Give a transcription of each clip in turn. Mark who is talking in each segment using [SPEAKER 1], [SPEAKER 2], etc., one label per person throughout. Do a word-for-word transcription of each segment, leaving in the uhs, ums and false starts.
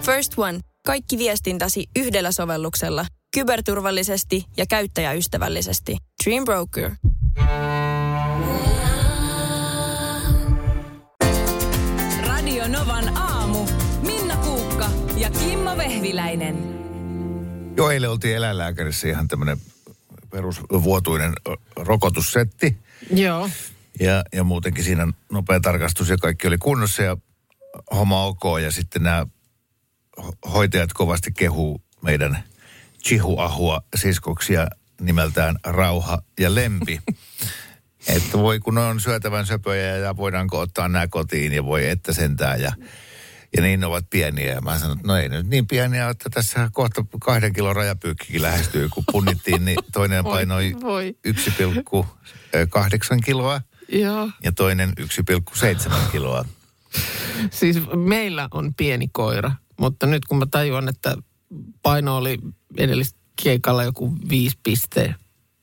[SPEAKER 1] First One. Kaikki viestintäsi yhdellä sovelluksella. Kyberturvallisesti ja käyttäjäystävällisesti. Dream Broker.
[SPEAKER 2] Radio Novan aamu. Minna Kuukka ja Kimmo Vehviläinen.
[SPEAKER 3] Joo, eilen oltiin eläinlääkärissä ihan tämmöinen perusvuotuinen rokotussetti.
[SPEAKER 4] Joo.
[SPEAKER 3] Ja, ja muutenkin siinä nopea tarkastus ja kaikki oli kunnossa ja homma ok. Ja sitten nämä hoitajat kovasti kehuu meidän chihuahua siskoksia nimeltään Rauha ja Lempi. Että voi kun on syötävän söpöjä ja voidaanko ottaa nämä kotiin ja voi että sentään ja, ja niin ne ovat pieniä. Ja mä sanon, että no ei nyt niin pieniä, että tässä kohta kahden kilon rajapyykkikin lähestyy. Kun punnittiin, niin toinen painoi yksi pilkku kahdeksan kiloa
[SPEAKER 4] Joo.
[SPEAKER 3] ja toinen yksi pilkku seitsemän kiloa.
[SPEAKER 4] Siis meillä on pieni koira, mutta nyt kun mä tajuan, että paino oli edellistä keikalla joku viisi pilkku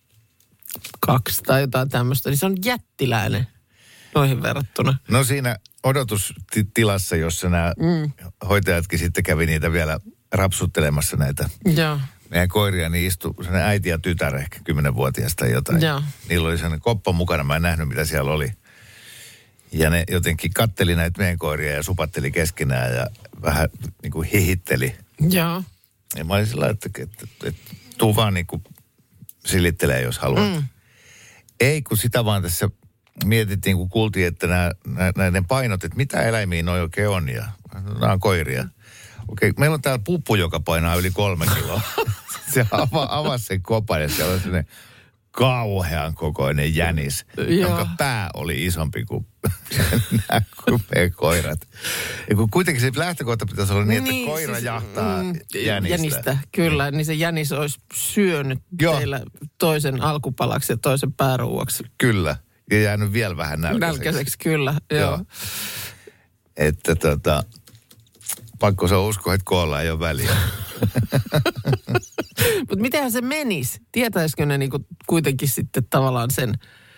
[SPEAKER 4] kaksi tai jotain tämmöistä, niin se on jättiläinen noihin verrattuna.
[SPEAKER 3] No siinä odotustilassa, jossa nämä mm. hoitajatkin sitten kävi niitä vielä rapsuttelemassa näitä
[SPEAKER 4] Joo.
[SPEAKER 3] meidän koiria, niin istui sellainen äiti ja tytär ehkä kymmenvuotiaasta tai jotain.
[SPEAKER 4] Joo.
[SPEAKER 3] Niillä oli sellainen koppa mukana, mä en nähnyt mitä siellä oli. Ja ne jotenkin katteli näitä meidän koiria ja supatteli keskenään ja vähän niin kuin hihitteli.
[SPEAKER 4] Joo.
[SPEAKER 3] Ja mä olin sillä että, että, että, että tuu vaan niin kuin silittelee, jos haluat. Mm. Ei, kun sitä vaan tässä mietittiin, kun kuultiin, että nämä, näiden painot, että mitä eläimiä noi oikein on. Ja nämä on koiria. Okei, meillä on täällä pupu, joka painaa yli kolme kiloa. Se ava, avasi sen kopan ja siellä on sellainen kauhean kokoinen jänis,
[SPEAKER 4] Joo.
[SPEAKER 3] jonka pää oli isompi kuin nämä meidän koirat. Ja kun kuitenkin se lähtökohta pitäisi olla niin, niin että koira siis, jahtaa mm, jänistä.
[SPEAKER 4] Jänistä, kyllä. Niin se jänis olisi syönyt Joo. teillä toisen alkupalaksi ja toisen pääruuaksi.
[SPEAKER 3] Kyllä. Ja jäänyt vielä vähän nälkäiseksi.
[SPEAKER 4] Nälkäiseksi, kyllä. Joo. Joo.
[SPEAKER 3] Että tota, pakko se uskoa, että koolla ei ole väliä.
[SPEAKER 4] Mutta mitenhän se menisi? Tietäisikö ne niinku kuitenkin sitten tavallaan sen,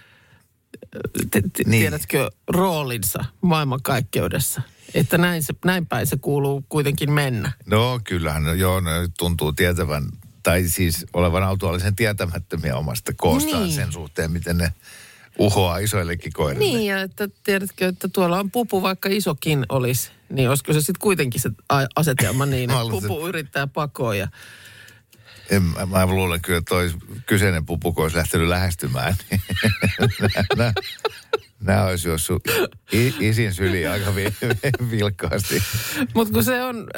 [SPEAKER 4] te, te, niin. tiedätkö, roolinsa maailmankaikkeudessa? Että näin, se, näin päin se kuuluu kuitenkin mennä.
[SPEAKER 3] No kyllähän, joo, ne tuntuu tietävän, tai siis olevan autuaalisen tietämättömiä omasta koostaan niin. sen suhteen, miten ne uhoaa isoillekin koirille.
[SPEAKER 4] Niin, ja että tiedätkö, että tuolla on pupu, vaikka isokin olisi, niin olisiko se sitten kuitenkin se asetelma niin, että pupu yrittää pakoon ja...
[SPEAKER 3] En, mä, mä luulen kyllä, että toi kyseinen pupu, kun olisi lähtenyt lähestymään, niin nämä, nämä olisi juossut isin syliin aika vilkkaasti.
[SPEAKER 4] Mutta kun se on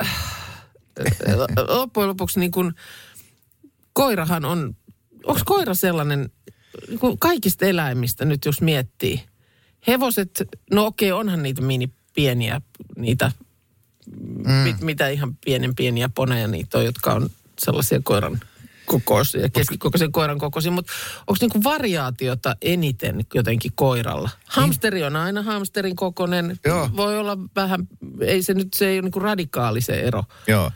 [SPEAKER 4] loppujen lopuksi niin kuin, koirahan on, onko koira sellainen, niin kuin kaikista eläimistä nyt jos miettii, hevoset, no okei, onhan niitä mini pieniä, niitä, mm. mit, mitä ihan pienen pieniä poneja niitä on, jotka on sellaisia koiran kokoisia ja keskikokoisen koiran kokoisia, mutta onko niinku variaatiota eniten jotenkin koiralla? Hamsteri on aina hamsterin kokoinen. Joo. Voi olla vähän, ei se nyt, se ei ole niinku radikaali se ero.
[SPEAKER 3] Joo.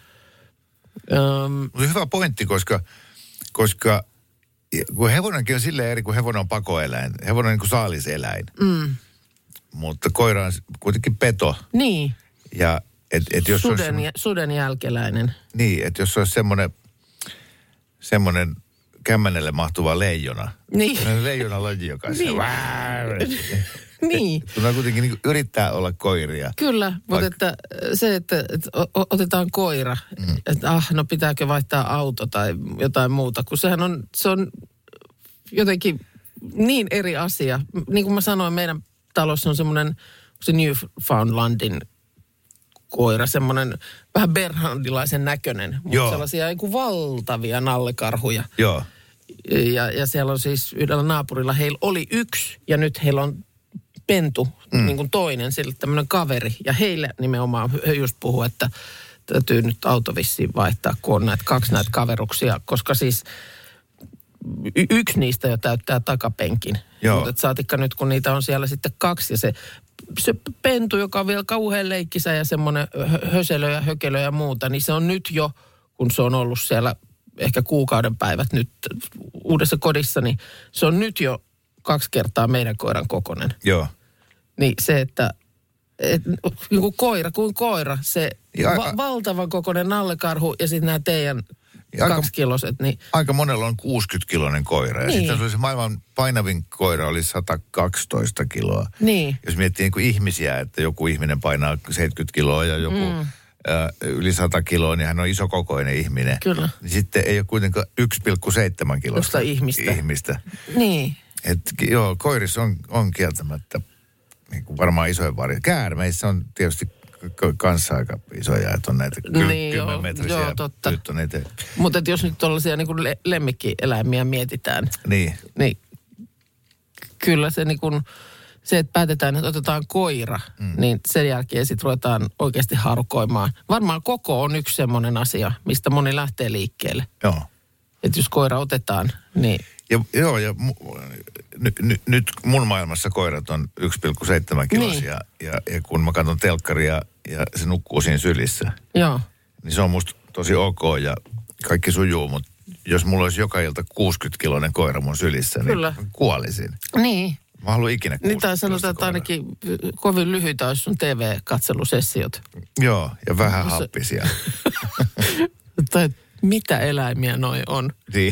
[SPEAKER 4] Um,
[SPEAKER 3] Hyvä pointti, koska, koska kun hevonenkin on silleen eri, kun hevonen on pakoeläin. Hevonen on niin kuin saaliseläin.
[SPEAKER 4] Mm.
[SPEAKER 3] Mutta koira on kuitenkin peto.
[SPEAKER 4] Niin.
[SPEAKER 3] Ja et, et jos
[SPEAKER 4] suden,
[SPEAKER 3] olisi,
[SPEAKER 4] suden jälkeläinen.
[SPEAKER 3] Niin, että jos olisi semmoinen, semmoinen kämmenelle mahtuva leijona.
[SPEAKER 4] Niin.
[SPEAKER 3] Leijona laji, joka on
[SPEAKER 4] niin.
[SPEAKER 3] se...
[SPEAKER 4] Niin.
[SPEAKER 3] Kun on kuitenkin niin kuin yrittää olla koiria.
[SPEAKER 4] Kyllä, mutta Vaik- että se, että, että otetaan koira, mm. että ah, no pitääkö vaihtaa auto tai jotain muuta, kun sehän on, se on jotenkin niin eri asia. Niin kuin mä sanoin, meidän talossa on semmoinen, se Newfoundlandin koira, semmoinen vähän berhandilaisen näköinen, mutta Joo. sellaisia niin kuin valtavia nallekarhuja.
[SPEAKER 3] Joo.
[SPEAKER 4] Ja, ja siellä on siis yhdellä naapurilla, heillä oli yksi ja nyt heillä on pentu, mm. niin kuin toinen, sillä tämmöinen kaveri. Ja heille nimenomaan he just puhuu, että täytyy nyt auto vissiin vaihtaa, kun on näitä kaksi näitä kaveruksia. Koska siis y- yksi niistä jo täyttää takapenkin. Mutta saatikka nyt, kun niitä on siellä sitten kaksi. Ja se, se pentu, joka on vielä kauhean leikkisä ja semmoinen höselö ja hökelö ja muuta, niin se on nyt jo, kun se on ollut siellä ehkä kuukauden päivät nyt uudessa kodissa, niin se on nyt jo kaksi kertaa meidän koiran kokoinen.
[SPEAKER 3] Joo.
[SPEAKER 4] Niin se, että Et, niin kuin koira, kuin koira. Se
[SPEAKER 3] Ja,
[SPEAKER 4] va-
[SPEAKER 3] a,
[SPEAKER 4] valtavan kokoinen nallekarhu ja sitten nämä teidän
[SPEAKER 3] aika,
[SPEAKER 4] kaksikiloset. Niin,
[SPEAKER 3] aika monella on kuusikymmentä-kiloinen koira. Ja
[SPEAKER 4] Niin.
[SPEAKER 3] sitten oli se maailman painavin koira oli sata kaksitoista kiloa.
[SPEAKER 4] niin.
[SPEAKER 3] Jos miettii niin kuin ihmisiä, että joku ihminen painaa seitsemänkymmentä kiloa ja joku mm. ä, yli sata kiloa, niin hän on isokokoinen ihminen.
[SPEAKER 4] Kyllä.
[SPEAKER 3] Niin sitten ei ole kuitenkaan yksi pilkku seitsemän kilosta
[SPEAKER 4] Josta ihmistä.
[SPEAKER 3] ihmistä.
[SPEAKER 4] Niin.
[SPEAKER 3] Et, joo, koirissa on, on kieltämättä niin kuin varmaan isoja varia. Käärmeissä on tietysti k- kanssa aika isoja, että on näitä ky-
[SPEAKER 4] Niin, joo,
[SPEAKER 3] kymmenmetrisiä
[SPEAKER 4] joo, totta.
[SPEAKER 3] pyttoneita.
[SPEAKER 4] Mutta jos nyt tuollaisia niin le- lemmikkieläimiä mietitään,
[SPEAKER 3] Niin,
[SPEAKER 4] niin kyllä se niin kuin, se, että päätetään, että otetaan koira, mm. niin sen jälkeen sitten ruvetaan oikeasti harukoimaan. Varmaan koko on yksi semmoinen asia, mistä moni lähtee liikkeelle.
[SPEAKER 3] joo.
[SPEAKER 4] Että jos koira otetaan, niin
[SPEAKER 3] Ja, joo, ja mu, ny, ny, nyt mun maailmassa koirat on yksi pilkku seitsemän kilosia. Niin. Ja, ja kun mä katson telkkaria ja se nukkuu siinä sylissä,
[SPEAKER 4] joo.
[SPEAKER 3] niin se on musta tosi ok ja kaikki sujuu. Mutta jos mulla olisi joka ilta kuusikymmentä-kiloinen koira mun sylissä,
[SPEAKER 4] Kyllä.
[SPEAKER 3] niin kuolisin.
[SPEAKER 4] Niin.
[SPEAKER 3] Mä haluan ikinä
[SPEAKER 4] Niin tai
[SPEAKER 3] kuusikymmentä
[SPEAKER 4] sanotaan, että
[SPEAKER 3] koiraa.
[SPEAKER 4] ainakin kovin lyhyitä olisi sun T V-katselusessiot.
[SPEAKER 3] Joo, ja vähän
[SPEAKER 4] Se-
[SPEAKER 3] happisia.
[SPEAKER 4] Tai mitä eläimiä noi on?
[SPEAKER 3] Niin.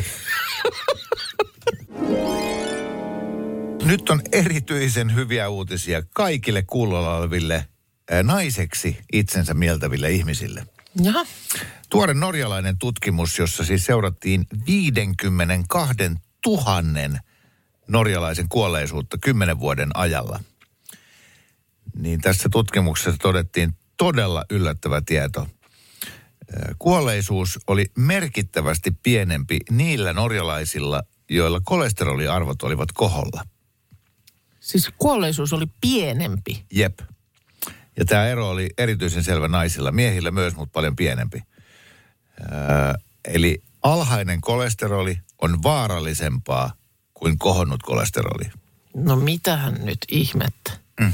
[SPEAKER 3] Nyt on erityisen hyviä uutisia kaikille kuulolla oleville ää, naiseksi itsensä mieltäville ihmisille.
[SPEAKER 4] Jaha.
[SPEAKER 3] Tuore norjalainen tutkimus, jossa siis seurattiin viisikymmentäkaksituhatta norjalaisen kuolleisuutta kymmenen vuoden ajalla. Niin tässä tutkimuksessa todettiin todella yllättävä tieto. Kuolleisuus oli merkittävästi pienempi niillä norjalaisilla, joilla kolesteroliarvot olivat koholla.
[SPEAKER 4] Siis kuolleisuus oli pienempi.
[SPEAKER 3] Jep. Ja tämä ero oli erityisen selvä naisilla, miehillä myös, mutta paljon pienempi. Öö, eli alhainen kolesteroli on vaarallisempaa kuin kohonnut kolesteroli.
[SPEAKER 4] No mitähän nyt ihmettä?
[SPEAKER 3] Mm.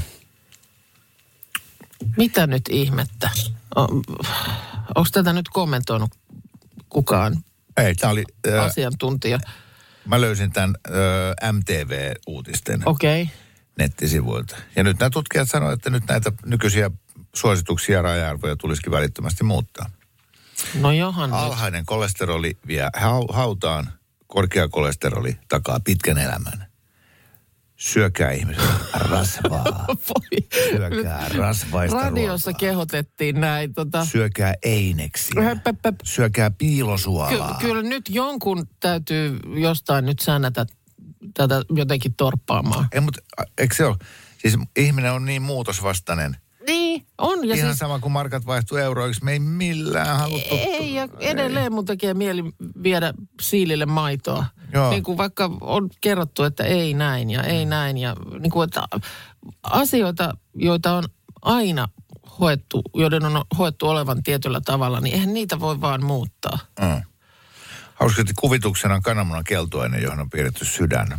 [SPEAKER 4] Mitä nyt ihmettä? O, onko tätä nyt kommentoinut kukaan
[SPEAKER 3] Ei, tämä oli, öö,
[SPEAKER 4] asiantuntija?
[SPEAKER 3] mä löysin tämän öö, M T V-uutisten
[SPEAKER 4] Okei. Okay.
[SPEAKER 3] nettisivuilta. Ja nyt nämä tutkijat sanoivat, että nyt näitä nykyisiä suosituksia ja raja-arvoja tulisikin välittömästi muuttaa.
[SPEAKER 4] No johan nyt.
[SPEAKER 3] Alhainen kolesteroli vie hau- hautaan, korkea kolesteroli takaa pitkän elämän. Syökää ihmiset rasvaa.
[SPEAKER 4] Voi.
[SPEAKER 3] Syökää rasvaista
[SPEAKER 4] Radiossa
[SPEAKER 3] ruokaa.
[SPEAKER 4] kehotettiin näin. Tota,
[SPEAKER 3] Syökää eineksiä.
[SPEAKER 4] Höp, höp, höp.
[SPEAKER 3] Syökää
[SPEAKER 4] ky-
[SPEAKER 3] piilosuolaa.
[SPEAKER 4] kyllä nyt jonkun täytyy jostain nyt säännätä tätä jotenkin torppaamaan.
[SPEAKER 3] Ei, mutta eikö se ole? Siis ihminen on niin muutosvastainen.
[SPEAKER 4] Niin, on. Ja
[SPEAKER 3] Ihan
[SPEAKER 4] siis,
[SPEAKER 3] sama kuin markat vaihtuu euroiksi. Me ei millään haluttu.
[SPEAKER 4] ei, ja edelleen mun tekee mieli viedä siilille maitoa.
[SPEAKER 3] Joo.
[SPEAKER 4] Niin kuin vaikka on kerrottu, että ei näin ja ei näin. Ja niin kuin, että asioita, joita on aina hoettu, joiden on hoettu olevan tietyllä tavalla, niin eihän niitä voi vaan muuttaa.
[SPEAKER 3] Mm. Hauskasti kuvituksena on kananmunan keltuaine, johon on piirretty sydän.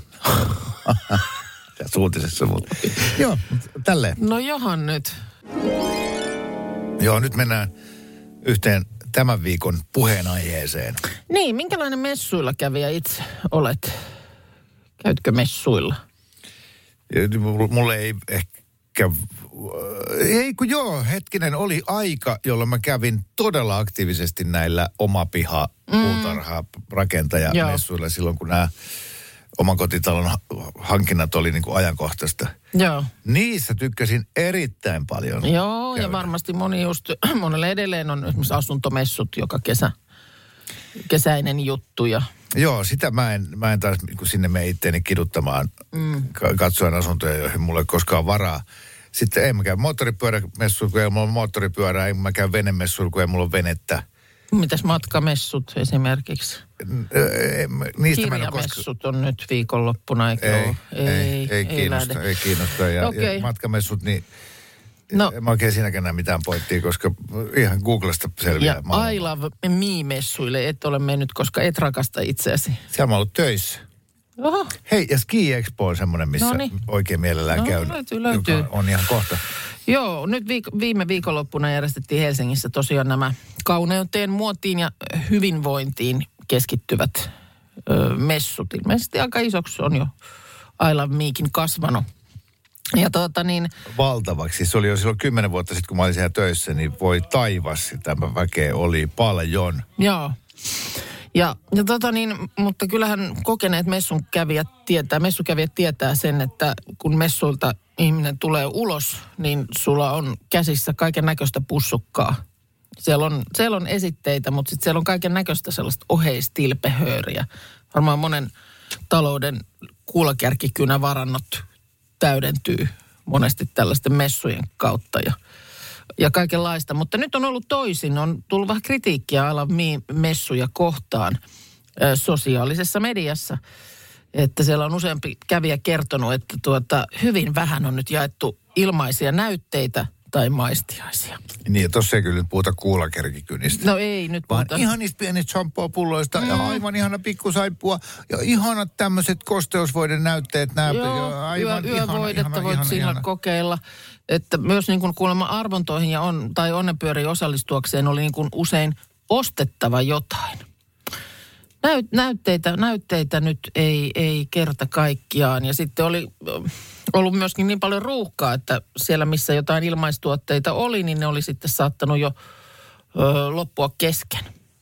[SPEAKER 3] Tässä uutisessa, mutta joo, tälleen.
[SPEAKER 4] No johan nyt.
[SPEAKER 3] Joo, nyt mennään yhteen tämän viikon puheenaiheeseen.
[SPEAKER 4] Niin, minkälainen messuilla kävijä itse olet? Käytkö messuilla?
[SPEAKER 3] Mulle ei ehkä... Ei kun joo, hetkinen, oli aika, jolloin mä kävin todella aktiivisesti näillä omapiha puutarha rakentajamessuilla silloin, kun nämä omakotitalon hankinnat oli niin kuin ajankohtaista.
[SPEAKER 4] Joo.
[SPEAKER 3] Niissä tykkäsin erittäin paljon.
[SPEAKER 4] Joo,
[SPEAKER 3] käydä.
[SPEAKER 4] ja varmasti moni just, monelle edelleen on esimerkiksi asuntomessut joka kesä, kesäinen juttu. Ja
[SPEAKER 3] Joo, sitä mä en, mä en taas kun sinne mene itteeni kiduttamaan mm. katsoen asuntoja, joihin mulla ei koskaan varaa. Sitten ei mä käy moottoripyörämessuilla, kun ei mulla ole moottoripyörää, ei mä käy venemessuilla, kun ei mulla ole venettä.
[SPEAKER 4] mitäs matkamessut esimerkiksi?
[SPEAKER 3] Niistä mä en ole koskaan...
[SPEAKER 4] Kirjamessut on nyt viikonloppuna, eikö
[SPEAKER 3] Ei,
[SPEAKER 4] ole?
[SPEAKER 3] ei, ei, ei kiinnosta,
[SPEAKER 4] lähde.
[SPEAKER 3] ei kiinnosta. Ja,
[SPEAKER 4] Okei.
[SPEAKER 3] ja matkamessut, niin
[SPEAKER 4] No.
[SPEAKER 3] en mä oikein siinäkään näe mitään pointtia, koska ihan Googlesta selviää.
[SPEAKER 4] Ja
[SPEAKER 3] maailma.
[SPEAKER 4] I love me-messuille et ole mennyt, koska et rakasta itseäsi.
[SPEAKER 3] Siellä mä oon ollut töissä.
[SPEAKER 4] Oho.
[SPEAKER 3] Hei, ja Ski Expo on semmoinen, missä
[SPEAKER 4] Noniin.
[SPEAKER 3] oikein mielellään
[SPEAKER 4] No,
[SPEAKER 3] käyn.
[SPEAKER 4] löytyy, löytyy.
[SPEAKER 3] Joka on ihan kohta.
[SPEAKER 4] Joo, nyt viik- viime viikonloppuna järjestettiin Helsingissä tosiaan nämä kauneuteen, muotiin ja hyvinvointiin keskittyvät ö, messut. Ilmeisesti aika isoksi on jo I Love Mekin kasvanut. Ja tuota niin...
[SPEAKER 3] Valtavaksi. Se oli jo silloin kymmenen vuotta sitten, kun mä olin siellä töissä, niin voi taivas, sitä väkeä oli paljon.
[SPEAKER 4] Joo. Ja, ja tota niin, mutta kyllähän kokeneet messun kävijät tietää, messukävijät tietää sen, että kun messuilta ihminen tulee ulos, niin sulla on käsissä kaiken näköistä pussukkaa. Siellä on, siellä on esitteitä, mutta sitten siellä on kaiken näköistä sellaista oheistilpehööriä. Varmaan monen talouden kuulakärkikynävarannot täydentyy monesti tällaisten messujen kautta ja, ja kaikenlaista. Mutta nyt on ollut toisin. On tullut vähän kritiikkiä Alan-messuja kohtaan ö, sosiaalisessa mediassa. Että siellä on useampi kävijä kertonut, että tuota, hyvin vähän on nyt jaettu ilmaisia näytteitä tai maistiaisia.
[SPEAKER 3] Niin, ja tossa ei kyllä nyt puhuta kuulakärkikynistä.
[SPEAKER 4] No ei nyt
[SPEAKER 3] vaan
[SPEAKER 4] puhuta.
[SPEAKER 3] ihan niistä pienistä shampoo-pulloista mm. ja aivan ihana pikkusaippua ja ihanat tämmöiset kosteusvoiden näytteet. Nää,
[SPEAKER 4] Joo,
[SPEAKER 3] ja aivan
[SPEAKER 4] yö, yövoidetta
[SPEAKER 3] ihana,
[SPEAKER 4] voit
[SPEAKER 3] ihana,
[SPEAKER 4] siinä
[SPEAKER 3] ihana.
[SPEAKER 4] kokeilla. Että myös niin kuin kuulemma arvontoihin ja on, tai onnenpyöriin osallistuakseen oli niin kuin usein ostettava jotain. Näyt, näytteitä, näytteitä nyt ei, ei kerta kaikkiaan. Ja sitten oli ollut myöskin niin paljon ruuhkaa, että siellä missä jotain ilmaistuotteita oli, niin ne oli sitten saattanut jo ö, loppua kesken.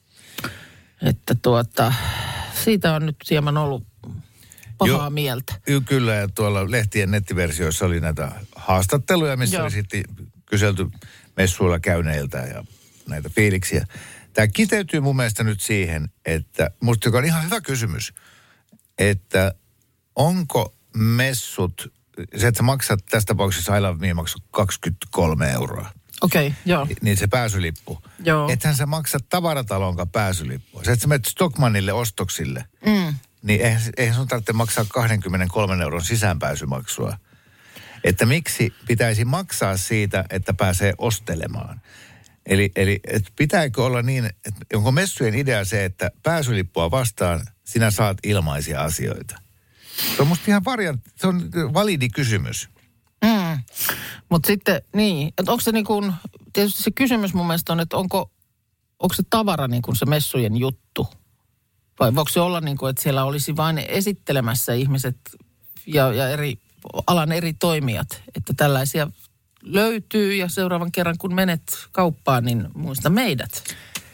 [SPEAKER 4] Että tuota, siitä on nyt hieman ollut pahaa
[SPEAKER 3] Jo,
[SPEAKER 4] mieltä.
[SPEAKER 3] Y- kyllä, ja tuolla lehtien nettiversioissa oli näitä haastatteluja, missä
[SPEAKER 4] Joo.
[SPEAKER 3] oli sitten kyselty messuilla käyneiltä ja näitä fiiliksiä. Tämä kiteytyy mun mielestä nyt siihen, että musta joka on ihan hyvä kysymys, että onko messut, se että sä maksat tässä tapauksessa I Love Me maksu kaksikymmentäkolme euroa.
[SPEAKER 4] Okei, okay, joo.
[SPEAKER 3] Niin se pääsylippu.
[SPEAKER 4] Joo.
[SPEAKER 3] Ethän sä maksat tavaratalonkaan pääsylippua. Se, että sä menet Stockmannille ostoksille,
[SPEAKER 4] Mm.
[SPEAKER 3] niin eihän, eihän sun tarvitse maksaa kaksikymmentäkolme euron sisäänpääsymaksua. Että miksi pitäisi maksaa siitä, että pääsee ostelemaan? Eli, eli et pitääkö olla niin, että onko messujen idea se, että pääsylippua vastaan sinä saat ilmaisia asioita? Se on musta ihan variantti, se on validi kysymys.
[SPEAKER 4] Mm. Mutta sitten niin, että onko se niin kuin, tietysti se kysymys mun mielestä on, että onko, onko se tavara niin kuin se messujen juttu? Vai voiko se olla niin kuin, että siellä olisi vain esittelemässä ihmiset ja, ja eri, alan eri toimijat, että tällaisia löytyy ja seuraavan kerran kun menet kauppaan, niin muista meidät.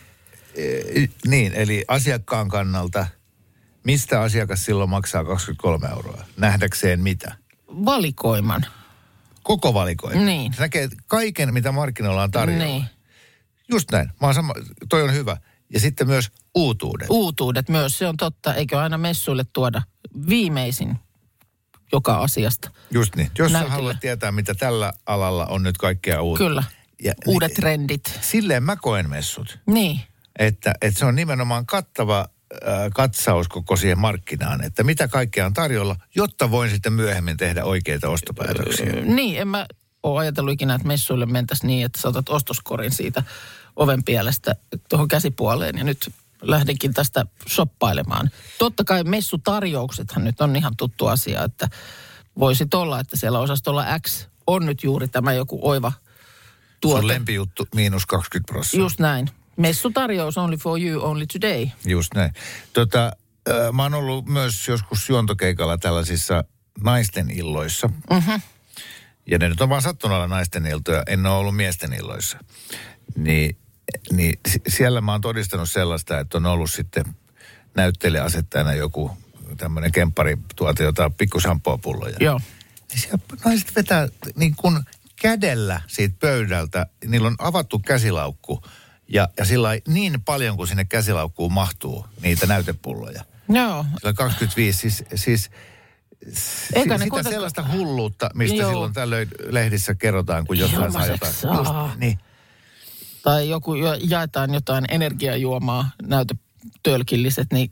[SPEAKER 3] E, niin, eli asiakkaan kannalta, mistä asiakas silloin maksaa kaksikymmentäkolme euroa? Nähdäkseen mitä?
[SPEAKER 4] Valikoiman.
[SPEAKER 3] Koko valikoima.
[SPEAKER 4] Niin.
[SPEAKER 3] Se näkee kaiken, mitä markkinoilla on tarjolla.
[SPEAKER 4] Niin.
[SPEAKER 3] Just näin. Mä oon sama, toi on hyvä. Ja sitten myös uutuudet.
[SPEAKER 4] Uutuudet myös, se on totta. Eikö aina messuille tuoda viimeisin joka asiasta?
[SPEAKER 3] Just niin. Jos
[SPEAKER 4] näytille.
[SPEAKER 3] sä haluat tietää, mitä tällä alalla on nyt kaikkea uutta.
[SPEAKER 4] Kyllä.
[SPEAKER 3] Ja,
[SPEAKER 4] Uudet
[SPEAKER 3] niin,
[SPEAKER 4] trendit.
[SPEAKER 3] silleen mä koen messut.
[SPEAKER 4] Niin.
[SPEAKER 3] Että, että se on nimenomaan kattava äh, katsaus koko siihen markkinaan. Että mitä kaikkea on tarjolla, jotta voin sitten myöhemmin tehdä oikeita ostopäätöksiä.
[SPEAKER 4] Öö, niin, en mä ole ajatellut ikinä, että messuille mentäisiin niin, että sä otat ostoskorin siitä ovenpielestä tuohon käsipuoleen ja nyt lähdenkin tästä shoppailemaan. Totta kai messutarjouksethan nyt on ihan tuttu asia, että voisit olla, että siellä osastolla X on nyt juuri tämä joku oiva tuote.
[SPEAKER 3] Sun lempijuttu miinus kaksikymmentä prosenttia.
[SPEAKER 4] Just näin. Messutarjous only for you, only today.
[SPEAKER 3] Just näin. Tota, äh, mä oon ollut myös joskus juontokeikalla tällaisissa naisten illoissa.
[SPEAKER 4] Mm-hmm.
[SPEAKER 3] Ja ne nyt on vaan sattunut olla naisten iltoja, en ole ollut miesten illoissa. Niin, niin siellä mä oon todistanut sellaista, että on ollut sitten näyttelijäasettajana joku tämmöinen kempparituote, jota pikkusampoapulloja.
[SPEAKER 4] Joo.
[SPEAKER 3] Niin siellä naiset vetää niin kuin kädellä siitä pöydältä, niillä on avattu käsilaukku ja, ja sillä niin paljon kuin sinne käsilaukkuun mahtuu niitä näytepulloja.
[SPEAKER 4] Joo.
[SPEAKER 3] Sillä kaksikymmentäviisi, siis, siis
[SPEAKER 4] Eikä ne
[SPEAKER 3] sitä
[SPEAKER 4] kuitenkaan-
[SPEAKER 3] sellaista hulluutta, mistä
[SPEAKER 4] Joo.
[SPEAKER 3] silloin tällöin lehdissä kerrotaan, kun jossain saa jotain.
[SPEAKER 4] Ilmaiseksi saa.
[SPEAKER 3] Just, niin.
[SPEAKER 4] Tai joku jo- jaetaan jotain energiajuomaa, näytötölkilliset, niin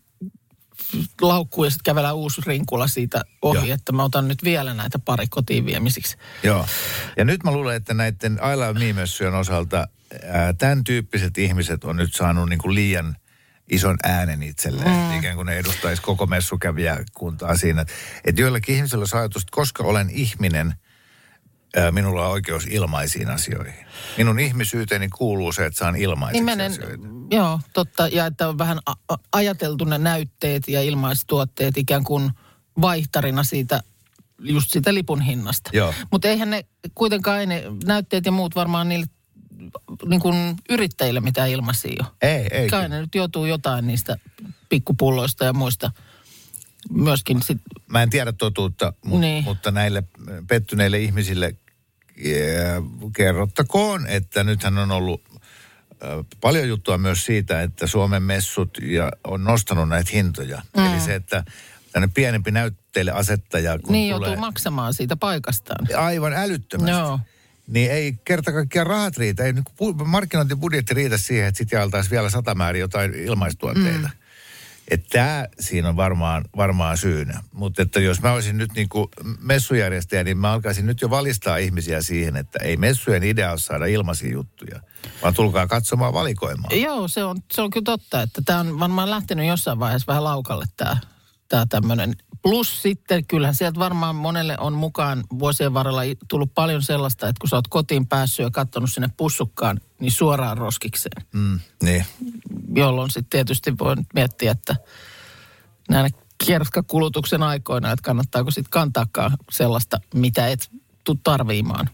[SPEAKER 4] laukkuu ja sitten kävelään uusi rinkula siitä ohi,
[SPEAKER 3] Joo.
[SPEAKER 4] että mä otan nyt vielä näitä pari kotiin viemisiksi.
[SPEAKER 3] Joo. Ja nyt mä luulen, että näiden I Love Me-messujen osalta ää, tämän tyyppiset ihmiset on nyt saanut niin kuin liian ison äänen itselleen. Mm. Ikään kuin ne edustaisi koko messukävijäkuntaa siinä. Että joillakin ihmisillä on ajatus, että koska olen ihminen, ää, minulla on oikeus ilmaisiin asioihin. Minun ihmisyyteeni kuuluu se, että saan ilmaiseksi
[SPEAKER 4] Nimenen,
[SPEAKER 3] asioita.
[SPEAKER 4] joo, totta. Ja että on vähän a- a- ajateltu ne näytteet ja ilmaistuotteet ikään kuin vaihtarina siitä just sitä lipun hinnasta.
[SPEAKER 3] Joo.
[SPEAKER 4] Mutta eihän ne kuitenkaan, ei ne näytteet ja muut varmaan niille niin kuin yrittäjille mitään ilmaisia ole.
[SPEAKER 3] Ei, ei.
[SPEAKER 4] Kai ne nyt joutuu jotain niistä pikkupulloista ja muista myöskin sit.
[SPEAKER 3] Mä en tiedä totuutta, mu-
[SPEAKER 4] Niin.
[SPEAKER 3] mutta näille pettyneille ihmisille yeah, kerrottakoon, että nythän on ollut äh, paljon juttua myös siitä, että Suomen messut ja on nostanut näitä hintoja. Mm. Eli se, että tänne pienempi näytteille asettaja, kun
[SPEAKER 4] Niin
[SPEAKER 3] tulee
[SPEAKER 4] joutuu maksamaan siitä paikastaan.
[SPEAKER 3] aivan älyttömästi.
[SPEAKER 4] Joo.
[SPEAKER 3] Niin ei kerta kaikkiaan rahat riitä. Ei niin markkinointibudjetti riitä siihen, että sitten jaeltaisiin vielä sata määrin jotain ilmaistuotteita. Mm. Että tämä siinä on varmaan, varmaan syynä. Mutta että jos mä olisin nyt niin kuin messujärjestäjä, niin mä alkaisin nyt jo valistaa ihmisiä siihen, että ei messujen idea ole saada ilmaisia juttuja, vaan tulkaa katsomaan valikoimaan.
[SPEAKER 4] Joo, se on, se on kyllä totta, että tämä on varmaan lähtenyt jossain vaiheessa vähän laukalle tämä tää tämmöinen. Plus sitten kyllähän sieltä varmaan monelle on mukaan vuosien varrella tullut paljon sellaista, että kun sä oot kotiin päässyt ja katsonut sinne pussukkaan, niin suoraan roskikseen.
[SPEAKER 3] Mm, niin.
[SPEAKER 4] Jolloin sitten tietysti voi miettiä, että näinä kierskakulutuksen aikoina, että kannattaako sitten kantaakaan sellaista, mitä et tule tarviimaan.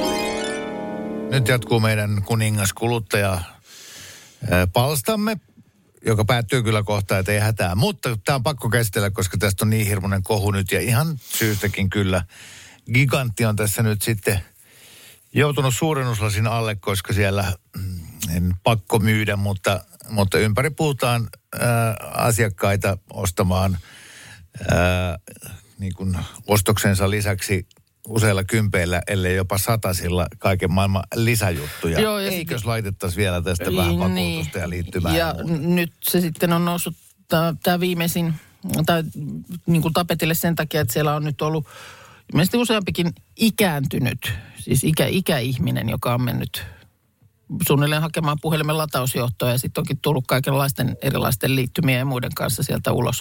[SPEAKER 3] Nyt jatkuu meidän kuningaskuluttaja palstamme, joka päättyy kyllä kohta, että ei hätää. Mutta tämä on pakko käsitellä, koska tästä on niin hirmuinen kohu nyt. Ja ihan syystäkin kyllä Gigantti on tässä nyt sitten joutunut suurennuslasin alle, koska siellä en pakko myydä, mutta, mutta ympäri puhutaan ää, asiakkaita ostamaan ää, niin kuin ostoksensa lisäksi useilla kympeillä, ellei jopa satasilla kaiken maailman lisäjuttuja.
[SPEAKER 4] Joo, ja
[SPEAKER 3] eikös
[SPEAKER 4] sit...
[SPEAKER 3] laitettaisiin vielä tästä vähän vakuutusta niin. ja liittymään?
[SPEAKER 4] Ja n- nyt se sitten on noussut tämä viimeisin, tai niin kuin tapetille sen takia, että siellä on nyt ollut ilmeisesti useampikin ikääntynyt, siis ikä, ikäihminen, joka on mennyt suunnilleen hakemaan puhelimen latausjohtoa ja sitten onkin tullut kaikenlaisten erilaisten liittymien ja muiden kanssa sieltä ulos.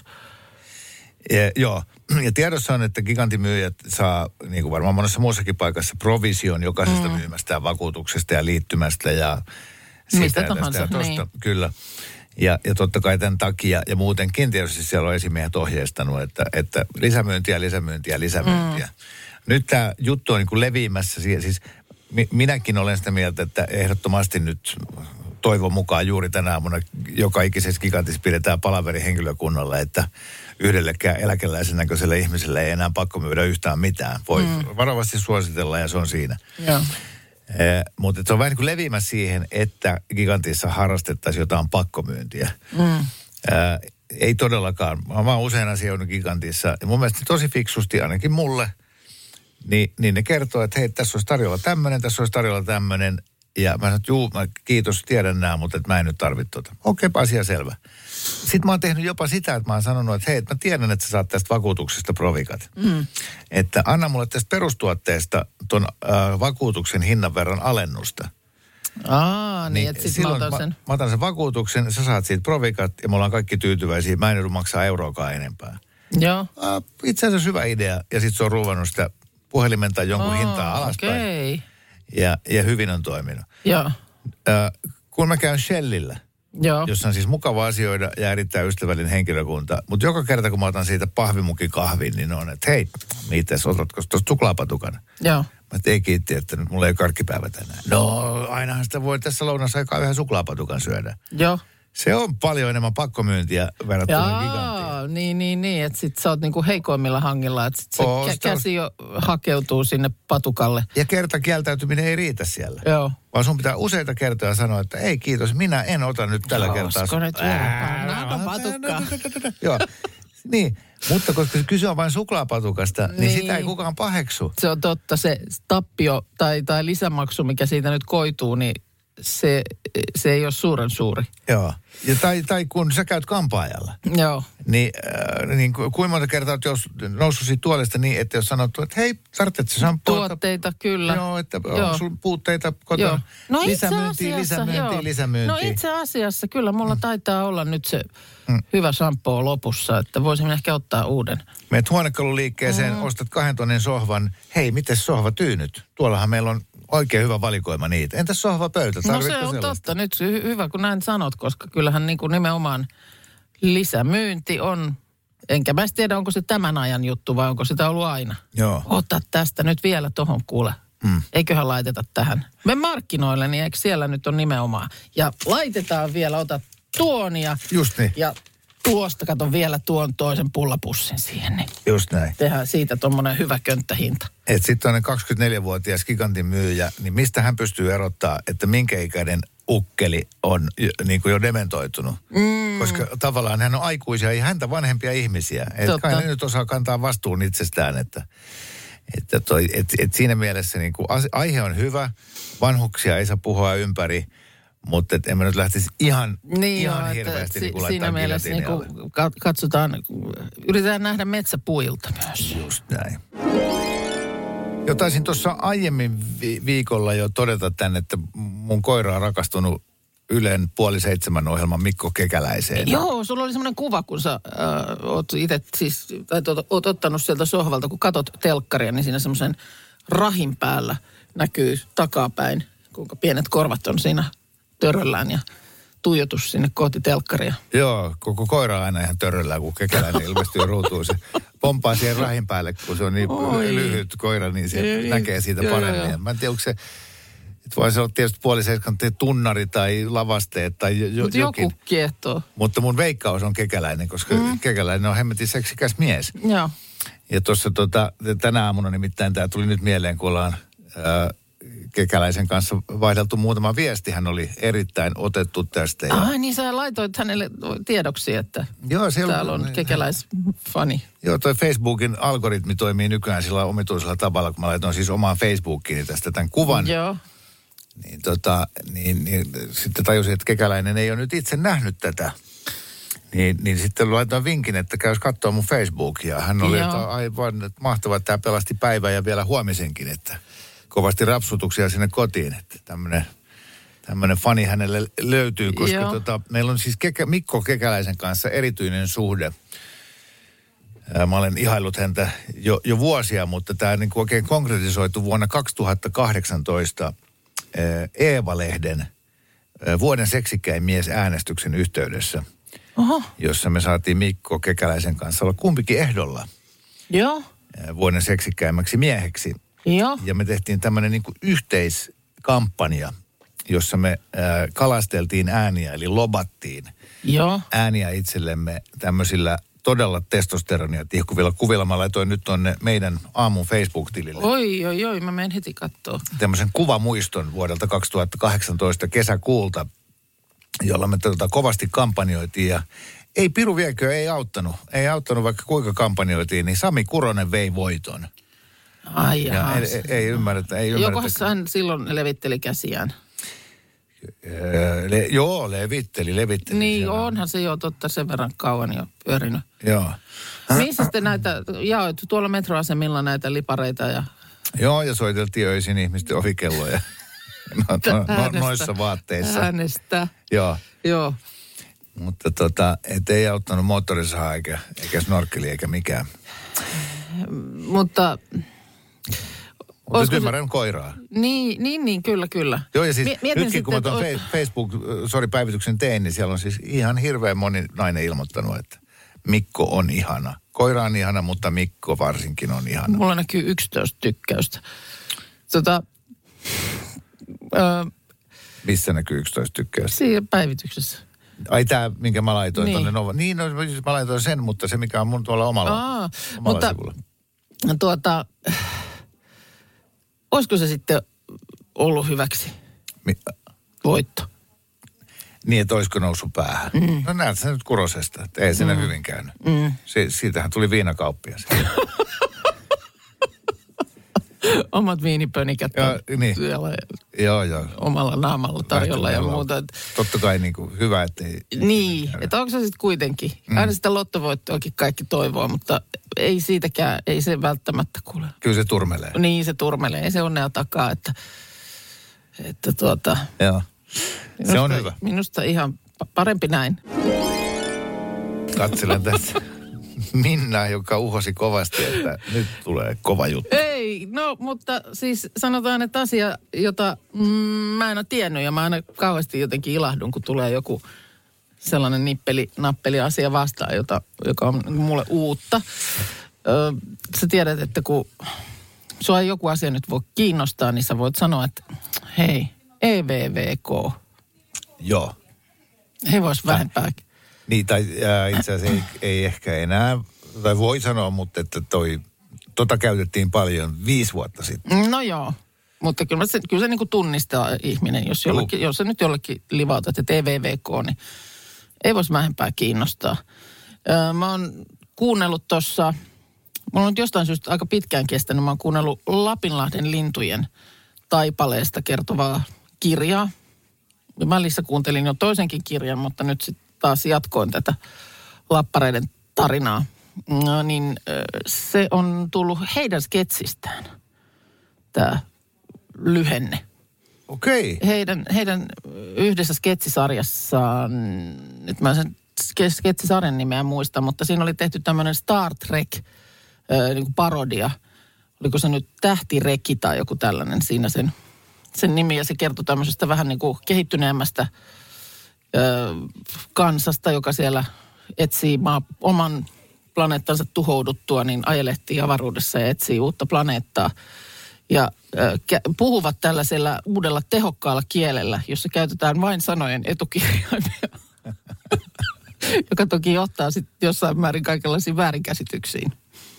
[SPEAKER 3] Ja, joo, ja tiedossa on, että gigantimyyjät saa, niin kuin varmaan monessa muussakin paikassa, provision jokaisesta mm. myymästään vakuutuksesta ja liittymästä ja sitä
[SPEAKER 4] mistä
[SPEAKER 3] ja
[SPEAKER 4] tahansa,
[SPEAKER 3] ja tosta,
[SPEAKER 4] niin.
[SPEAKER 3] Kyllä. Ja, ja totta kai tämän takia, ja muutenkin tietysti siellä on esimiehet ohjeistanut, että, että lisämyyntiä, lisämyyntiä, lisämyyntiä. Mm. Nyt tämä juttu on niin kuin leviämässä, siis minäkin olen sitä mieltä, että ehdottomasti nyt toivon mukaan juuri tänä aamuna joka ikisessä gigantissa pidetään palaveri henkilökunnalle, että yhdellekään eläkeläisen näköiselle ihmiselle ei enää pakko myydä yhtään mitään. Voi mm. varovasti suositella ja se on siinä.
[SPEAKER 4] Joo.
[SPEAKER 3] Eh, mutta se on vähän niin kuin leviämässä siihen, että gigantissa harrastettaisiin jotain pakkomyyntiä. Mm. Eh, ei todellakaan. Mä oon usein asioinut gigantissa ja mun mielestä tosi fiksusti ainakin mulle, niin, niin ne kertoo, että hei, tässä olisi tarjolla tämmöinen, tässä olisi tarjolla tämmöinen. Ja mä sanoin, että juu, mä kiitos, tiedän nämä, mutta että mä en nyt tarvitse tuota. Okei, asia selvä. Sitten mä oon tehnyt jopa sitä, että mä oon sanonut, että hei, mä tiedän, että sä saat tästä vakuutuksesta provikat. Mm. Että anna mulle tästä perustuotteesta ton äh, vakuutuksen hinnan verran alennusta.
[SPEAKER 4] Aa, niin, niin että sit mä otan sen.
[SPEAKER 3] Mä, mä otan sen vakuutuksen, sä saat siitä provikat ja me ollaan kaikki tyytyväisiä. Mä en joudu maksaa euroakaan enempää.
[SPEAKER 4] Joo.
[SPEAKER 3] Äh, itse asiassa hyvä idea. Ja sit se on ruvannut sitä puhelimen tai jonkun oh, hintaa alaspäin.
[SPEAKER 4] Okei. Okay.
[SPEAKER 3] Ja, ja hyvin on toiminut.
[SPEAKER 4] Joo.
[SPEAKER 3] Äh, kun mä käyn Shellillä,
[SPEAKER 4] Joo.
[SPEAKER 3] jossa on siis mukava asioida ja erittäin ystävällinen henkilökunta, mutta joka kerta kun mä otan siitä pahvimukin kahvin, niin on, että hei, mites, otatko tuosta suklaapatukan?
[SPEAKER 4] Joo.
[SPEAKER 3] Mä ei kiitti, että nyt mulla ei ole karkkipäivä tänään. No, ainahan sitä voi tässä lounassa aikaa yhden suklaapatukan syödä.
[SPEAKER 4] Joo.
[SPEAKER 3] Se on paljon enemmän pakkomyyntiä verrattuna
[SPEAKER 4] Jaa,
[SPEAKER 3] giganttiin.
[SPEAKER 4] niin, niin, niin, että sit sä oot niinku heikoimmilla hangilla, että sit se
[SPEAKER 3] Oo,
[SPEAKER 4] kä- käsi jo hakeutuu sinne patukalle.
[SPEAKER 3] Ja kerta kieltäytyminen ei riitä siellä.
[SPEAKER 4] Joo.
[SPEAKER 3] Vaan sun pitää useita kertoja sanoa, että ei kiitos, minä en ota nyt tällä
[SPEAKER 4] Joo,
[SPEAKER 3] kertaa.
[SPEAKER 4] Olisiko nyt vielä patukkaa?
[SPEAKER 3] Joo, niin. Mutta koska kyse on vain suklaapatukasta, niin, niin sitä ei kukaan paheksu.
[SPEAKER 4] Se on totta, se tappio tai, tai lisämaksu, mikä siitä nyt koituu, niin se, se ei ole suuren suuri.
[SPEAKER 3] Joo. Ja tai, tai kun sä käyt kampaajalla,
[SPEAKER 4] Joo.
[SPEAKER 3] niin, äh, niin ku, kuinka monta kertaa olet jos noussut siitä tuolesta niin, että jos sanottu, että hei, tarvitset sä shampoota?
[SPEAKER 4] Tuotteita, kyllä.
[SPEAKER 3] Joo, että
[SPEAKER 4] Joo.
[SPEAKER 3] on sulla puutteita kotona.
[SPEAKER 4] Joo. No
[SPEAKER 3] lisämyyntiä, lisämyyntiä,
[SPEAKER 4] joo.
[SPEAKER 3] lisämyyntiä.
[SPEAKER 4] No itse asiassa kyllä mulla mm. taitaa olla nyt se
[SPEAKER 3] mm.
[SPEAKER 4] hyvä shampoo lopussa, että voisin ehkä ottaa uuden.
[SPEAKER 3] Meet huonekaluliikkeeseen, mm. ostat kahden tonnin sohvan. Hei, miten sohvatyynyt? Tuollahan meillä on oikein hyvä valikoima niitä. Entäs sohvapöytä?
[SPEAKER 4] No se on sellaista? Totta. Nyt hy- hyvä, kun näin sanot, koska kyllähän niin kuin nimenomaan lisämyynti on Enkä mä tiedä, onko se tämän ajan juttu vai onko sitä ollut aina.
[SPEAKER 3] Joo.
[SPEAKER 4] Ota tästä nyt vielä tohon kuule. Hmm. Eiköhän laiteta tähän. Me markkinoille, niin eikö siellä nyt on nimenomaan. Ja laitetaan vielä, ota tuon ja...
[SPEAKER 3] Just niin.
[SPEAKER 4] Ja tuosta katon vielä tuon toisen pullapussin siihen. Niin
[SPEAKER 3] just näin.
[SPEAKER 4] tehdään siitä tommonen hyvä könttähinta.
[SPEAKER 3] Että sitten on kaksikymmentäneljävuotias gigantin myyjä, niin mistä hän pystyy erottaa, että minkä ikäinen ukkeli on niin kuin jo dementoitunut. Mm. Koska tavallaan hän on aikuisia ja häntä vanhempia ihmisiä. Että kai ne nyt osaa kantaa vastuun itsestään, että, että toi, et, et siinä mielessä niin kuin aihe on hyvä, vanhuksia ei saa puhua ympäri, mutta et en mä nyt lähtisi ihan,
[SPEAKER 4] niin
[SPEAKER 3] ihan
[SPEAKER 4] joo,
[SPEAKER 3] hirveästi
[SPEAKER 4] si-
[SPEAKER 3] niin kuin
[SPEAKER 4] siinä mielessä niin kuin katsotaan, yritetään nähdä metsäpuilta myös.
[SPEAKER 3] Just näin. Jo taisin tuossa aiemmin vi- viikolla jo todeta tämän, että mun koira on rakastunut Ylen puoli seitsemän ohjelman Mikko Kekäläiseen.
[SPEAKER 4] Joo, sulla oli semmoinen kuva, kun sä äh, oot itse siis, tai oot, oot ottanut sieltä sohvalta, kun katot telkkaria, niin siinä semmoisen rahin päällä näkyy takapäin, kuinka pienet korvat on siinä töröllään ja tuijotus sinne kohti telkkaria.
[SPEAKER 3] Joo, koko koira on aina ihan töröllään, kun Kekäläinen ilmestyy ruutuun. Se pompaa siihen rahin päälle, kun se on niin Oi. lyhyt koira, niin se ei, näkee siitä joo, paremmin. Joo, joo. Mä en tiedä, onko se, että voi se olla tietysti puoli seitsemän tunnari tai lavasteet tai jo,
[SPEAKER 4] Mut
[SPEAKER 3] jokin.
[SPEAKER 4] joku kiehtoo.
[SPEAKER 3] Mutta mun veikkaus on Kekäläinen, koska mm. Kekäläinen on hemmetin seksikäs mies.
[SPEAKER 4] Joo.
[SPEAKER 3] Ja tuossa tota, tänä aamuna nimittäin tämä tuli nyt mieleen, kun ollaan ää, Kekäläisen kanssa vaihdeltu muutama viesti. Hän oli erittäin otettu tästä. Ja...
[SPEAKER 4] Ai niin, sä laitoit hänelle tiedoksi, että joo, täällä on, on kekäläisfani.
[SPEAKER 3] Joo, toi Facebookin algoritmi toimii nykyään sillä omituisella tavalla, kun mä laitoin siis omaan Facebookiini tästä tämän kuvan.
[SPEAKER 4] Joo.
[SPEAKER 3] Niin, tota, niin, niin sitten tajusin, että Kekäläinen ei ole nyt itse nähnyt tätä. Niin, niin sitten laitoin vinkin, että käys katsoa mun Facebookia. Hän oli, että aivan että mahtavaa, että tämä pelasti päivän ja vielä huomisenkin, että kovasti rapsutuksia sinne kotiin, että tämmöinen tämmöinen fani hänelle löytyy, koska tota, meillä on siis Kekä, Mikko Kekäläisen kanssa erityinen suhde. Ää, mä olen ihaillut häntä jo, jo vuosia, mutta tämä niin kuin oikein konkretisoitu vuonna kaksituhattakahdeksantoista ää, Eeva-lehden ää, vuoden seksikkäin mies äänestyksen yhteydessä, Oho. jossa me saatiin Mikko Kekäläisen kanssa olla kumpikin ehdolla
[SPEAKER 4] Joo.
[SPEAKER 3] Ää, vuoden seksikkäimmäksi mieheksi.
[SPEAKER 4] Joo.
[SPEAKER 3] Ja me tehtiin tämmöinen niin kuin yhteiskampanja, jossa me ää, kalasteltiin ääniä, eli lobattiin
[SPEAKER 4] Joo.
[SPEAKER 3] ääniä itsellemme tämmöisillä todella testosteronia tihkuvilla kuvilla. Mä laitoin nyt tonne meidän aamun Facebook-tilille.
[SPEAKER 4] Oi, oi, oi, mä menen heti kattoo.
[SPEAKER 3] Tämmöisen kuvamuiston vuodelta kaksituhattakahdeksantoista kesäkuulta, jolla me tota kovasti kampanjoitiin ja ei piru viekö, ei auttanut. Ei auttanut vaikka kuinka kampanjoitiin, niin Sami Kuronen vei voiton.
[SPEAKER 4] Ai
[SPEAKER 3] ja ei, ei, ei ymmärretä, ei ymmärretä.
[SPEAKER 4] Jokohan hän silloin levitteli käsiään?
[SPEAKER 3] Le, joo, levitteli, levitteli.
[SPEAKER 4] Niin,
[SPEAKER 3] siellä.
[SPEAKER 4] Onhan se jo totta sen verran kauan jo pyörinyt.
[SPEAKER 3] Joo.
[SPEAKER 4] Missä sitten näitä, jaoit tuolla metroasemilla näitä lipareita ja...
[SPEAKER 3] Joo, ja soiteltiin öisin ihmisten ovikelloja. no, no, no, noissa vaatteissa.
[SPEAKER 4] Äänestä.
[SPEAKER 3] Joo.
[SPEAKER 4] Joo.
[SPEAKER 3] Mutta tota, et ei auttanut moottorisaha eikä, eikä snorkkeli eikä mikään.
[SPEAKER 4] Mutta...
[SPEAKER 3] Mutta ymmärrän se... koiraa.
[SPEAKER 4] Niin, niin, niin, kyllä, kyllä.
[SPEAKER 3] Joo, ja siis
[SPEAKER 4] Mietin
[SPEAKER 3] nytkin kun mä tuon oot... Facebook, sorry, päivityksen tein, niin siellä on siis ihan hirveän moni nainen ilmoittanut, että Mikko on ihana. Koira on ihana, mutta Mikko varsinkin on ihana.
[SPEAKER 4] Mulla näkyy yksitoista tykkäystä. Tota... Ö...
[SPEAKER 3] Missä näkyy yksitoista tykkäystä?
[SPEAKER 4] Siinä päivityksessä.
[SPEAKER 3] Ai tää, minkä mä laitoin
[SPEAKER 4] niin.
[SPEAKER 3] tonne Nova. Niin, no, siis mä laitoin sen, mutta se mikä on mun tuolla omalla,
[SPEAKER 4] Aa,
[SPEAKER 3] omalla
[SPEAKER 4] mutta,
[SPEAKER 3] sivulla.
[SPEAKER 4] Tuota... Olisiko se sitten ollut hyväksi?
[SPEAKER 3] Mi-
[SPEAKER 4] Voitto.
[SPEAKER 3] Niin, että olisiko noussut päähän. Mm. No näet sä nyt Kurosesta, että ei siinä mm. hyvin käynyt. Mm. Se, siitähän tuli viinakauppias.
[SPEAKER 4] Omat viinipönikät
[SPEAKER 3] ja, niin.
[SPEAKER 4] siellä
[SPEAKER 3] joo, joo.
[SPEAKER 4] omalla naamalla tarjolla ja muuta.
[SPEAKER 3] Totta kai niin kuin hyvä, ettei...
[SPEAKER 4] Niin, että onko se sitten kuitenkin? Mm. Aina sitä lottovoittoakin kaikki toivoo, mutta ei siitäkään, ei se välttämättä kuule.
[SPEAKER 3] Kyllä se turmelee.
[SPEAKER 4] Niin, se turmelee. Ei se onnea takaa, että, että tuota...
[SPEAKER 3] Joo,
[SPEAKER 4] minusta,
[SPEAKER 3] se on hyvä.
[SPEAKER 4] Minusta ihan parempi näin.
[SPEAKER 3] Katselen tässä Minna, joka uhosi kovasti, että nyt tulee kova juttu.
[SPEAKER 4] Ei, no mutta siis sanotaan, että asia, jota mm, mä en ole tiennyt ja mä aina kauheasti jotenkin ilahdun, kun tulee joku sellainen nippeli, nappeli asia vastaan, jota, joka on mulle uutta. Ö, sä tiedät, että kun sua ei joku asia nyt voi kiinnostaa, niin sä voit sanoa, että hei, E V V K.
[SPEAKER 3] Joo.
[SPEAKER 4] He vois vähempää.
[SPEAKER 3] Niin, tai äh, itse asiassa ei, ei ehkä enää, tai voi sanoa, mutta että toi, tota käytettiin paljon viisi vuotta sitten.
[SPEAKER 4] No joo, mutta kyllä se, kyllä se niin kuin tunnistaa ihminen, jos, jollekin, jos sä nyt jollekin livautat, että E V V K, niin ei voisi vähempää kiinnostaa. Öö, mä oon kuunnellut tuossa, mulla on jostain syystä aika pitkään kestänyt, mä oon kuunnellut Lapinlahden lintujen taipaleesta kertovaa kirjaa. Välissä kuuntelin jo toisenkin kirjan, mutta nyt sitten taas jatkoin tätä lappareiden tarinaa. No, niin se on tullut heidän sketsistään, tämä lyhenne.
[SPEAKER 3] Okei.
[SPEAKER 4] Heidän, heidän yhdessä sketsisarjassaan, nyt mä sen sketsisarjan nimeä muista, mutta siinä oli tehty tämmöinen Star Trek äh, niin kuin parodia. Oliko se nyt Tähtireki tai joku tällainen siinä sen, sen nimi, ja se kertoi tämmöisestä vähän niin kuin kehittyneemmästä ö, kansasta, joka siellä etsii maa, oman planeettansa tuhouduttua, niin ajelehtii avaruudessa ja etsii uutta planeettaa. Ja ö, kä- puhuvat tällaisella uudella tehokkaalla kielellä, jossa käytetään vain sanojen etukirjaimia, joka toki johtaa sitten jossain määrin kaikenlaisiin väärinkäsityksiin.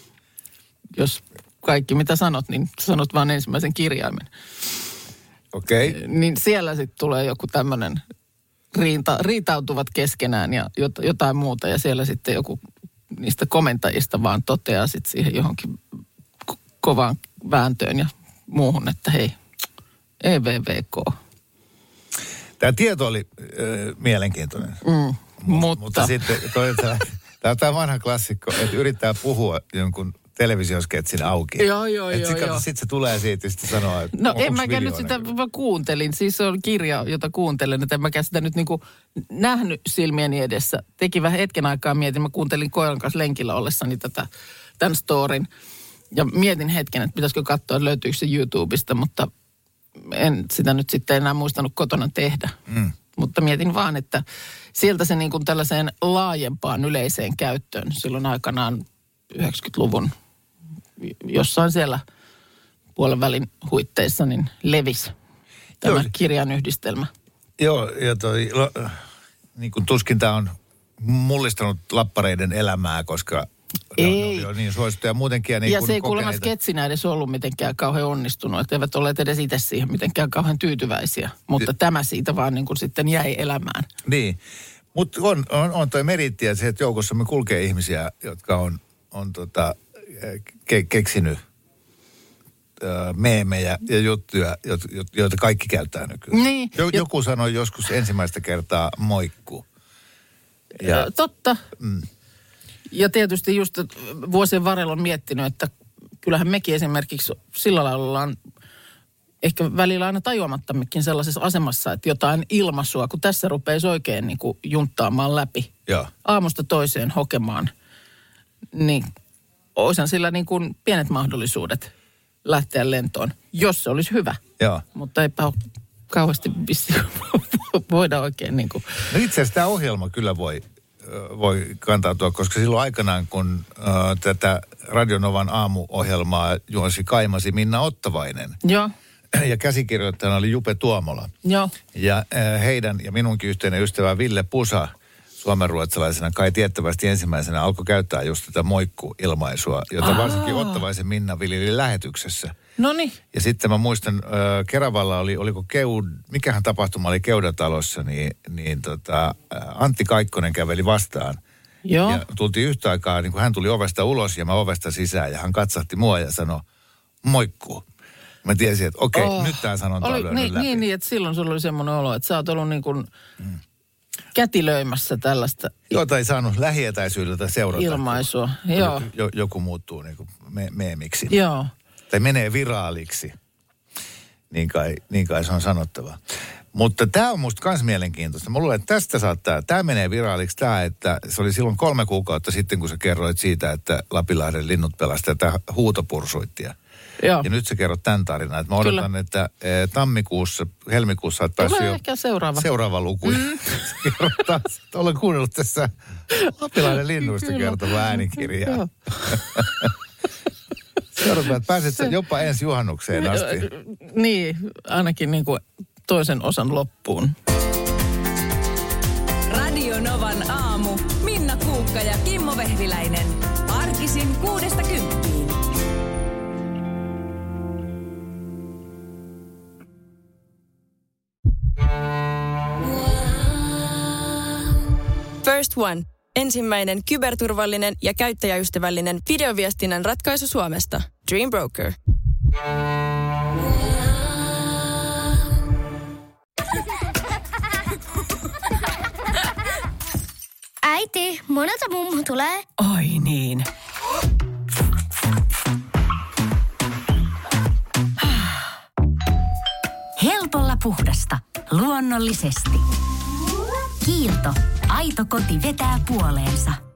[SPEAKER 4] Jos kaikki mitä sanot, niin sanot vaan ensimmäisen kirjaimen.
[SPEAKER 3] Okei. Okay.
[SPEAKER 4] Niin siellä sitten tulee joku tämmöinen, riita, riitautuvat keskenään ja jot, jotain muuta. Ja siellä sitten joku niistä komentajista vaan toteaa sitten siihen johonkin ko- kovaan vääntöön ja muuhun, että hei, E V V K.
[SPEAKER 3] Tämä tieto oli äh, mielenkiintoinen.
[SPEAKER 4] Mm,
[SPEAKER 3] M-
[SPEAKER 4] mutta...
[SPEAKER 3] mutta sitten toi, tämä on tämä vanha klassikko, että yrittää puhua jonkun televisiosketsin auki.
[SPEAKER 4] Joo, joo,
[SPEAKER 3] et
[SPEAKER 4] joo.
[SPEAKER 3] sit,
[SPEAKER 4] joo.
[SPEAKER 3] Sitten se tulee siitä ja sitten sanoo, että
[SPEAKER 4] no en mäkään nyt sitä, mä kuuntelin. Siis se on kirja, jota kuuntelen, että en mäkään sitä nyt niinku nähnyt silmieni edessä. Teki vähän hetken aikaa mietin, mä kuuntelin koiran kanssa lenkillä ollessani tätä, tämän storin. Ja mietin hetken, että pitäisikö katsoa, että löytyykö se YouTubesta, mutta en sitä nyt sitten enää muistanut kotona tehdä. Mm. Mutta mietin vaan, että sieltä se niin kuin tällaiseen laajempaan yleiseen käyttöön silloin aikanaan yhdeksänkymmentäluvun jossain siellä puolen välin huitteissa niin levisi tämä Joo. kirjan yhdistelmä.
[SPEAKER 3] Joo, ja toi, niin kuin tuskin tämä on mullistanut lappareiden elämää, koska
[SPEAKER 4] ei.
[SPEAKER 3] ne on niin suosittuja muutenkin. Ja, niin
[SPEAKER 4] ja se ei kuulemma sketsinä edes ollut mitenkään kauhean onnistunut, että eivät olleet edes itse siihen mitenkään kauhean tyytyväisiä. Mutta ja, tämä siitä vaan niin kuin sitten jäi elämään.
[SPEAKER 3] Niin, mutta on, on, on toi meritti, että se, että joukossamme kulkee ihmisiä, jotka on, on tota, ke, keksinyt ö, meemejä ja juttuja, joita kaikki käyttää nykyään.
[SPEAKER 4] Niin.
[SPEAKER 3] Joku sanoi joskus ensimmäistä kertaa moikku.
[SPEAKER 4] Ja, totta. Mm. Ja tietysti just vuosien varrella on miettinyt, että kyllähän mekin esimerkiksi sillä lailla ollaan ehkä välillä aina tajuamattommekin sellaisessa asemassa, että jotain ilmaisua, kun tässä rupeisi oikein niin kuin junttaamaan läpi.
[SPEAKER 3] Ja.
[SPEAKER 4] Aamusta toiseen hokemaan, niin olisihan sillä niin kuin pienet mahdollisuudet lähteä lentoon, jos se olisi hyvä.
[SPEAKER 3] Ja.
[SPEAKER 4] Mutta eipä kauheasti vissiin voida oikein niin kuin.
[SPEAKER 3] No itse asiassa tämä ohjelma kyllä voi, voi kantautua, koska silloin aikanaan, kun äh, tätä Radionovan aamuohjelmaa juonsi kaimasi Minna Ottavainen.
[SPEAKER 4] Joo.
[SPEAKER 3] Ja käsikirjoittajana oli Jupe Tuomola.
[SPEAKER 4] Joo.
[SPEAKER 3] Ja äh, heidän ja minunkin yhteinen ystävä Ville Pusa suomenruotsalaisena kai tiettävästi ensimmäisenä alkoi käyttää just tätä moikku-ilmaisua, jota Aa. varsinkin Ottavaisen Minna viljeli lähetyksessä.
[SPEAKER 4] Noniin.
[SPEAKER 3] Ja sitten mä muistan, äh, Keravalla oli, oliko Keud, mikähän tapahtuma oli Keudatalossa, niin, niin tota, äh, Antti Kaikkonen käveli vastaan.
[SPEAKER 4] Joo.
[SPEAKER 3] Ja tultiin yhtä aikaa, niin kun hän tuli ovesta ulos ja mä ovesta sisään ja hän katsahti mua ja sanoi, moikku. Mä tiesin, että okei, okay, oh. nyt tää sanonta on lyönyt
[SPEAKER 4] niin,
[SPEAKER 3] läpi.
[SPEAKER 4] Niin, niin, että silloin sulla oli semmoinen olo, että sä oot ollut niin kuin mm. kätilöimässä tällaista.
[SPEAKER 3] Jota ei saanut lähietäisyydeltä seurata.
[SPEAKER 4] Ilmaisua, joo.
[SPEAKER 3] Jo, joku muuttuu niin kuin me, meemiksi.
[SPEAKER 4] Joo.
[SPEAKER 3] Tai menee viraaliksi. Niin kai, niin kai se on sanottava. Mutta tämä on musta kans mielenkiintoista. Mä luulen, että tästä saattaa, tämä menee viraaliksi tämä, että se oli silloin kolme kuukautta sitten, kun sä kerroit siitä, että Lapinlahden linnut pelasi tätä huutopursuittia.
[SPEAKER 4] Joo.
[SPEAKER 3] Ja nyt sä kerrot tämän tarinan. Että mä odotan, Kyllä. että e, tammikuussa, helmikuussa ottaisi jo
[SPEAKER 4] ehkä seuraava.
[SPEAKER 3] seuraava luku. Mm. Kerrotaan, että olen kuunnellut tässä Lapilainen linnuista kertova äänikirjaa. Joo. Seurataan, että pääset sä jopa ensi juhannukseen asti.
[SPEAKER 4] Niin, ainakin niin kuin toisen osan loppuun.
[SPEAKER 2] Radio Novan aamu. Minna Kuukka ja Kimmo Vehviläinen. Arkisin kuudesta kymppiin.
[SPEAKER 1] First One. Ensimmäinen kyberturvallinen ja käyttäjäystävällinen videoviestinnän ratkaisu Suomesta. Dream Broker.
[SPEAKER 5] Äiti, monelta mummu tulee?
[SPEAKER 2] Oi niin.
[SPEAKER 6] Helpolla puhdasta. Luonnollisesti. Kiilto. Aito koti vetää puoleensa.